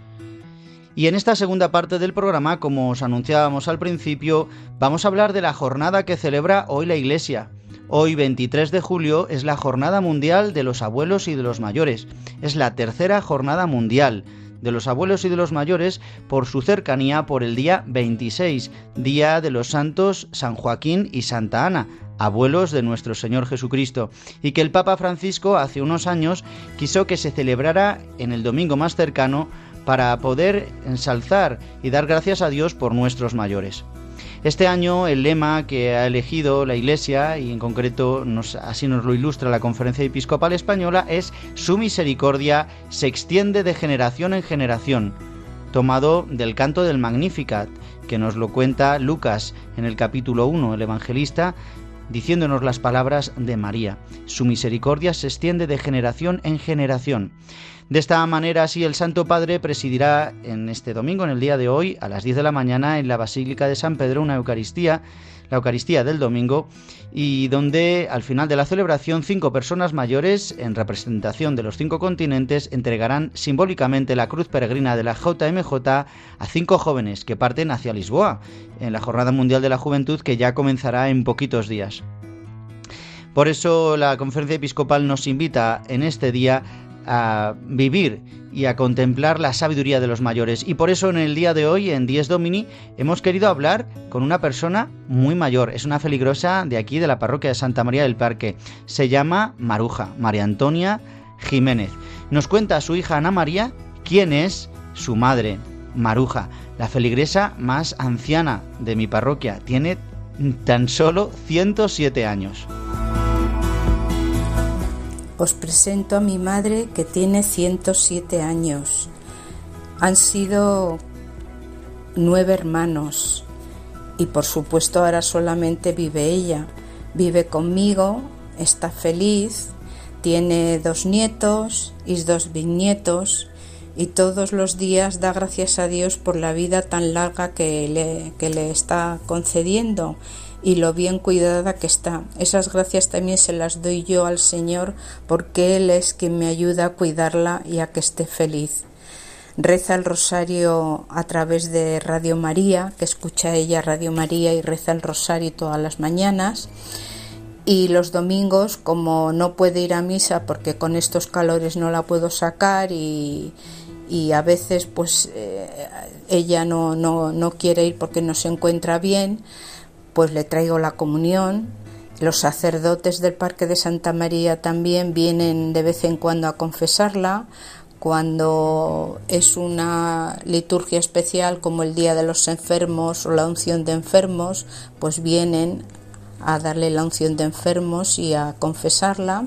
[SPEAKER 2] Y en esta segunda parte del programa, como os anunciábamos al principio, vamos a hablar de la jornada que celebra hoy la Iglesia. Hoy, 23 de julio, es la Jornada Mundial de los Abuelos y de los Mayores. Es la tercera jornada mundial de los abuelos y de los mayores por su cercanía por el día 26, Día de los Santos San Joaquín y Santa Ana, abuelos de nuestro Señor Jesucristo, y que el Papa Francisco hace unos años quiso que se celebrara en el domingo más cercano para poder ensalzar y dar gracias a Dios por nuestros mayores. Este año el lema que ha elegido la Iglesia, y en concreto así nos lo ilustra la Conferencia Episcopal Española, es «Su misericordia se extiende de generación en generación», tomado del canto del Magnificat, que nos lo cuenta Lucas en el capítulo 1, el evangelista, diciéndonos las palabras de María. «Su misericordia se extiende de generación en generación». De esta manera, así, el Santo Padre presidirá en este domingo, en el día de hoy, a las 10 de la mañana, en la Basílica de San Pedro, una Eucaristía, la Eucaristía del domingo, y donde, al final de la celebración, 5 personas mayores, en representación de los 5 continentes, entregarán simbólicamente la cruz peregrina de la JMJ a 5 jóvenes que parten hacia Lisboa, en la Jornada Mundial de la Juventud, que ya comenzará en poquitos días. Por eso, la Conferencia Episcopal nos invita en este día a vivir y a contemplar la sabiduría de los mayores. Y por eso en el día de hoy, en Dies Domini, hemos querido hablar con una persona muy mayor. Es una feligrosa de aquí, de la parroquia de Santa María del Parque. Se llama Maruja, María Antonia Jiménez. Nos cuenta a su hija Ana María quién es su madre, Maruja, la feligresa más anciana de mi parroquia. Tiene tan solo 107 años.
[SPEAKER 10] Os presento a mi madre, que tiene 107 años. Han sido 9 hermanos y por supuesto ahora solamente vive ella. Vive conmigo, está feliz, tiene 2 nietos y 2 bisnietos y todos los días da gracias a Dios por la vida tan larga que le está concediendo y lo bien cuidada que está. Esas gracias también se las doy yo al Señor, porque Él es quien me ayuda a cuidarla y a que esté feliz. Reza el rosario a través de Radio María, que escucha ella Radio María y reza el rosario todas las mañanas. Y los domingos, como no puede ir a misa porque con estos calores no la puedo sacar y a veces pues ella no quiere ir porque no se encuentra bien, pues le traigo la comunión. Los sacerdotes del Parque de Santa María también vienen de vez en cuando a confesarla. Cuando es una liturgia especial como el Día de los Enfermos o la unción de enfermos, pues vienen a darle la unción de enfermos y a confesarla.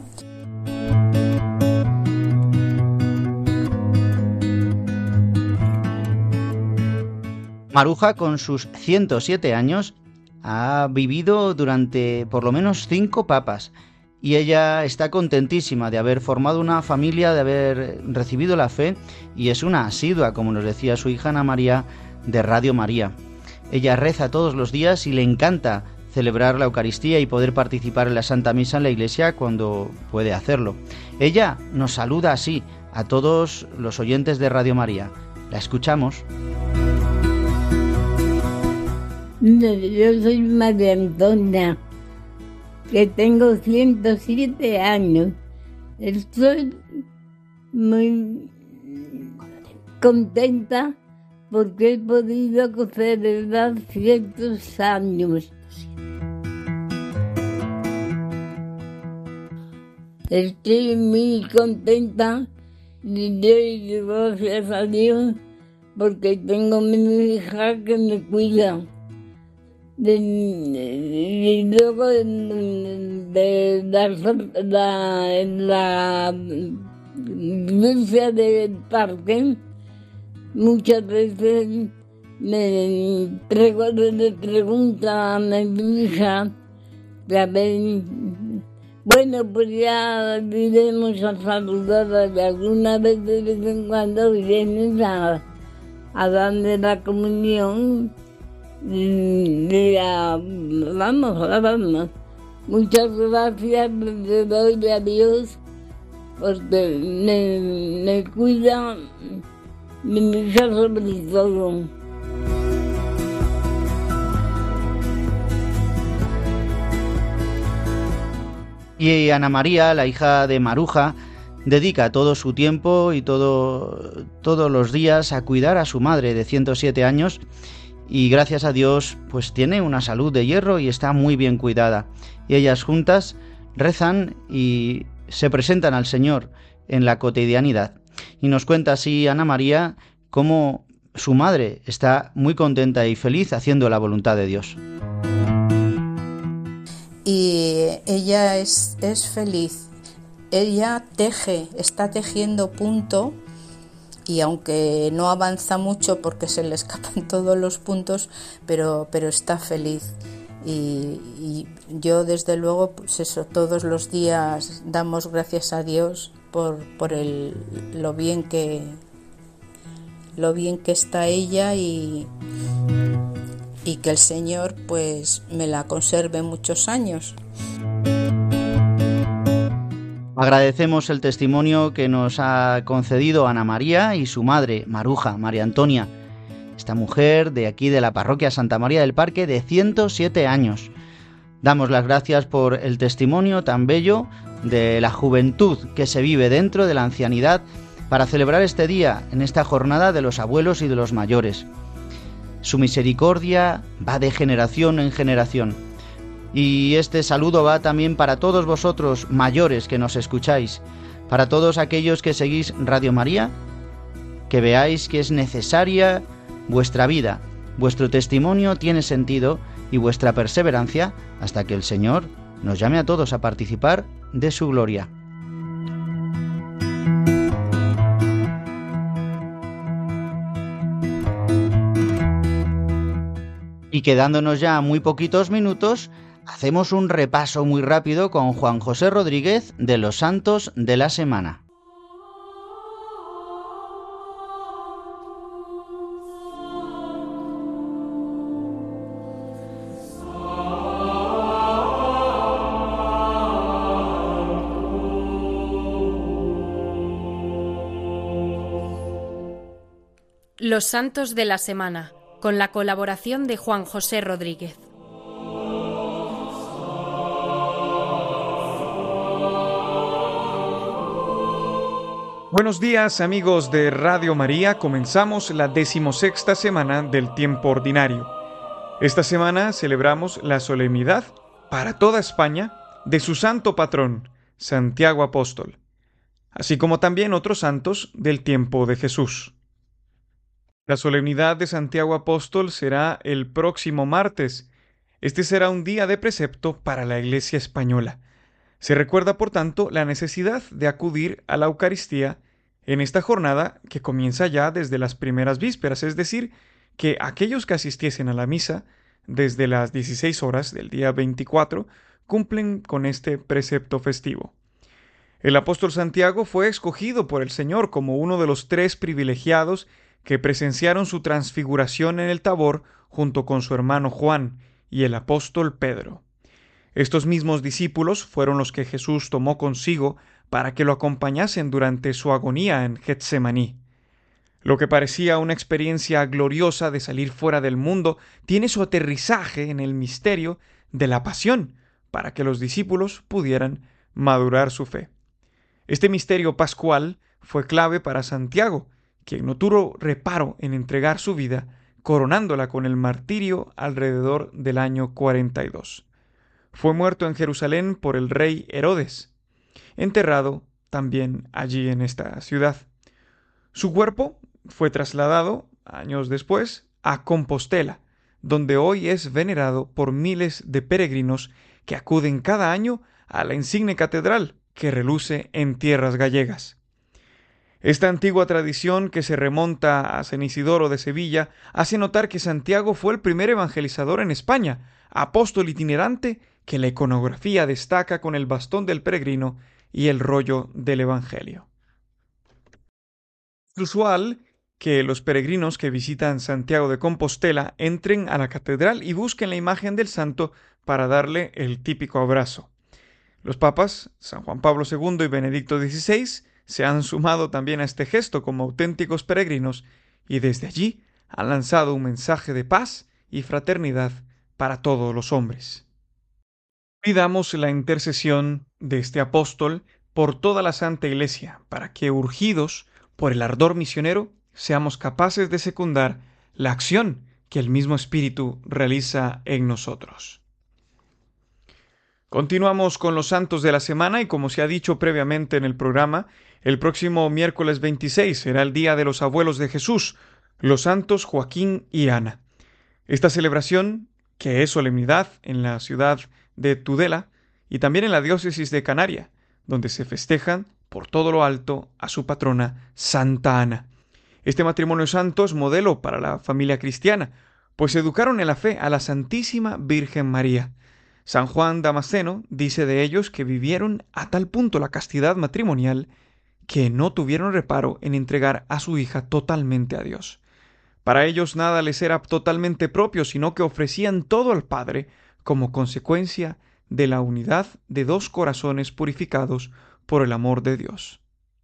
[SPEAKER 2] Maruja, con sus 107 años, ha vivido durante por lo menos 5 papas y ella está contentísima de haber formado una familia, de haber recibido la fe, y es una asidua, como nos decía su hija Ana María, de Radio María. Ella reza todos los días y le encanta celebrar la Eucaristía y poder participar en la Santa Misa en la iglesia cuando puede hacerlo. Ella nos saluda así a todos los oyentes de Radio María. La escuchamos.
[SPEAKER 11] Yo soy María Antonia, que tengo 107 años. Estoy muy contenta porque he podido celebrar ciertos años. Estoy muy contenta y doy gracias a Dios porque tengo mi hija que me cuida. Y luego de la iglesia del parque, muchas veces me pregunta a mi hija, bueno, pues ya iremos a saludarla, y alguna vez de vez en cuando vienes a darle la comunión. Vamos. Muchas gracias le doy a Dios porque me cuida, me deja sobre todo.
[SPEAKER 2] Y Ana María, la hija de Maruja, dedica todo su tiempo y todos los días a cuidar a su madre de 107 años y gracias a Dios pues tiene una salud de hierro y está muy bien cuidada. Y ellas juntas rezan y se presentan al Señor en la cotidianidad. Y nos cuenta así Ana María cómo su madre está muy contenta y feliz haciendo la voluntad de Dios.
[SPEAKER 10] Y ella es feliz. Ella está tejiendo punto y aunque no avanza mucho porque se le escapan todos los puntos, pero está feliz. Y yo desde luego pues eso, todos los días damos gracias a Dios por lo bien que está ella y que el Señor pues me la conserve muchos años.
[SPEAKER 2] Agradecemos el testimonio que nos ha concedido Ana María y su madre, Maruja, María Antonia, esta mujer de aquí de la parroquia Santa María del Parque de 107 años. Damos las gracias por el testimonio tan bello de la juventud que se vive dentro de la ancianidad para celebrar este día, en esta jornada de los abuelos y de los mayores. Su misericordia va de generación en generación. Y este saludo va también para todos vosotros mayores que nos escucháis, para todos aquellos que seguís Radio María, que veáis que es necesaria vuestra vida, vuestro testimonio tiene sentido y vuestra perseverancia hasta que el Señor nos llame a todos a participar de su gloria. Y quedándonos ya muy poquitos minutos, hacemos un repaso muy rápido con Juan José Rodríguez de los santos de la semana.
[SPEAKER 3] Los santos de la semana, con la colaboración de Juan José Rodríguez.
[SPEAKER 12] Buenos días, amigos de Radio María. Comenzamos la 16ª semana del tiempo ordinario. Esta semana celebramos la solemnidad para toda España de su santo patrón, Santiago Apóstol, así como también otros santos del tiempo de Jesús. La solemnidad de Santiago Apóstol será el próximo martes. Este será un día de precepto para la Iglesia española. Se recuerda, por tanto, la necesidad de acudir a la Eucaristía en esta jornada que comienza ya desde las primeras vísperas, es decir, que aquellos que asistiesen a la misa desde las 16 horas del día 24 cumplen con este precepto festivo. El apóstol Santiago fue escogido por el Señor como uno de los 3 privilegiados que presenciaron su transfiguración en el Tabor junto con su hermano Juan y el apóstol Pedro. Estos mismos discípulos fueron los que Jesús tomó consigo para que lo acompañasen durante su agonía en Getsemaní. Lo que parecía una experiencia gloriosa de salir fuera del mundo tiene su aterrizaje en el misterio de la pasión, para que los discípulos pudieran madurar su fe. Este misterio pascual fue clave para Santiago, quien no tuvo reparo en entregar su vida, coronándola con el martirio alrededor del año 42. Fue muerto en Jerusalén por el rey Herodes, enterrado también allí en esta ciudad. Su cuerpo fue trasladado, años después, a Compostela, donde hoy es venerado por miles de peregrinos que acuden cada año a la insigne catedral que reluce en tierras gallegas. Esta antigua tradición, que se remonta a San Isidoro de Sevilla, hace notar que Santiago fue el primer evangelizador en España, apóstol itinerante que la iconografía destaca con el bastón del peregrino y el rollo del Evangelio. Es usual que los peregrinos que visitan Santiago de Compostela entren a la catedral y busquen la imagen del santo para darle el típico abrazo. Los papas, San Juan Pablo II y Benedicto XVI, se han sumado también a este gesto como auténticos peregrinos y desde allí han lanzado un mensaje de paz y fraternidad para todos los hombres. Pidamos la intercesión de este apóstol por toda la Santa Iglesia, para que, urgidos por el ardor misionero, seamos capaces de secundar la acción que el mismo Espíritu realiza en nosotros. Continuamos con los santos de la semana y, como se ha dicho previamente en el programa, el próximo miércoles 26 será el Día de los Abuelos de Jesús, los santos Joaquín y Ana. Esta celebración, que es solemnidad en la ciudad de Tudela y también en la diócesis de Canaria, donde se festejan por todo lo alto a su patrona Santa Ana. Este matrimonio santo es modelo para la familia cristiana, pues educaron en la fe a la Santísima Virgen María. San Juan Damasceno dice de ellos que vivieron a tal punto la castidad matrimonial que no tuvieron reparo en entregar a su hija totalmente a Dios. Para ellos nada les era totalmente propio, sino que ofrecían todo al Padre como consecuencia de la unidad de dos corazones purificados por el amor de Dios.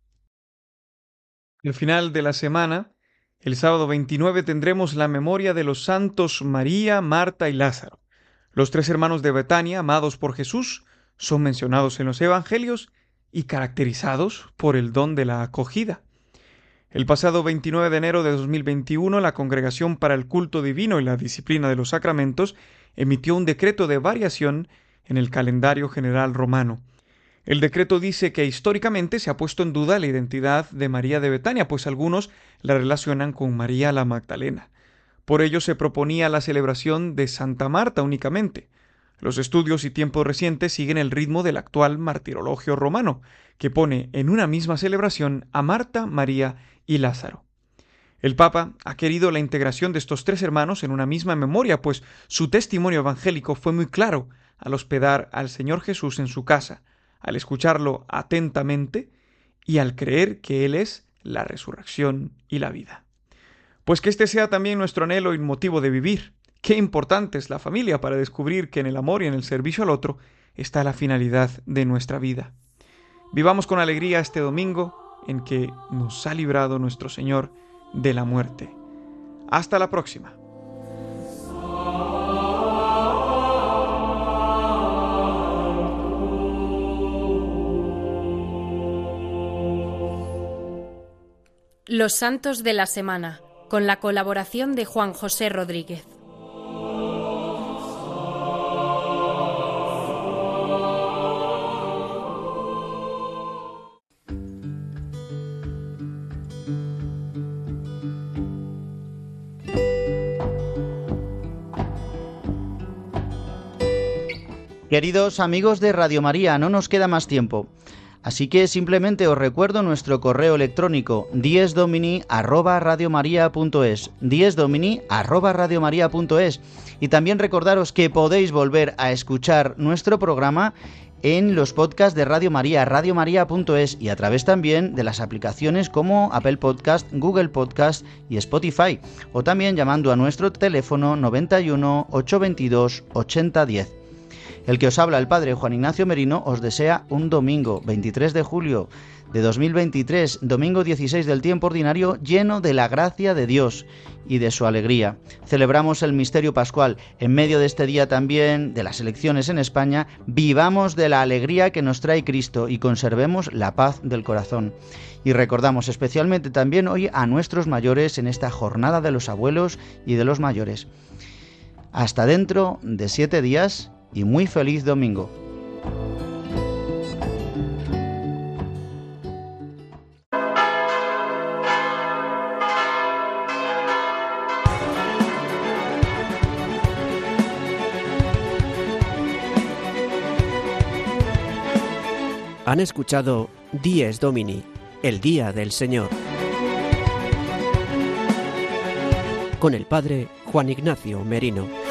[SPEAKER 12] Al final de la semana, el sábado 29, tendremos la memoria de los santos María, Marta y Lázaro. Los tres hermanos de Betania, amados por Jesús, son mencionados en los Evangelios y caracterizados por el don de la acogida. El pasado 29 de enero de 2021, la Congregación para el Culto Divino y la Disciplina de los Sacramentos emitió un decreto de variación en el calendario general romano. El decreto dice que históricamente se ha puesto en duda la identidad de María de Betania, pues algunos la relacionan con María la Magdalena. Por ello se proponía la celebración de Santa Marta únicamente. Los estudios y tiempos recientes siguen el ritmo del actual martirologio romano, que pone en una misma celebración a Marta, María y Lázaro. El Papa ha querido la integración de estos tres hermanos en una misma memoria, pues su testimonio evangélico fue muy claro al hospedar al Señor Jesús en su casa, al escucharlo atentamente y al creer que Él es la resurrección y la vida. Pues que este sea también nuestro anhelo y motivo de vivir. Qué importante es la familia para descubrir que en el amor y en el servicio al otro está la finalidad de nuestra vida. Vivamos con alegría este domingo en que nos ha librado nuestro Señor de la muerte. Hasta la próxima.
[SPEAKER 3] Los santos de la semana, con la colaboración de Juan José Rodríguez.
[SPEAKER 2] Queridos amigos de Radio María, no nos queda más tiempo. Así que simplemente os recuerdo nuestro correo electrónico diesdomini@radiomaria.es, diesdomini@radiomaria.es, y también recordaros que podéis volver a escuchar nuestro programa en los podcasts de Radio María, radiomaria.es, y a través también de las aplicaciones como Apple Podcast, Google Podcast y Spotify, o también llamando a nuestro teléfono 91 822 8010. El que os habla, el Padre Juan Ignacio Merino, os desea un domingo 23 de julio de 2023, domingo 16 del tiempo ordinario, lleno de la gracia de Dios y de su alegría. Celebramos el misterio pascual. En medio de este día también de las elecciones en España, vivamos de la alegría que nos trae Cristo y conservemos la paz del corazón. Y recordamos especialmente también hoy a nuestros mayores en esta jornada de los abuelos y de los mayores. Hasta dentro de 7 días y muy feliz domingo.
[SPEAKER 1] Han escuchado Dies Domini, el Día del Señor, con el Padre Juan Ignacio Merino.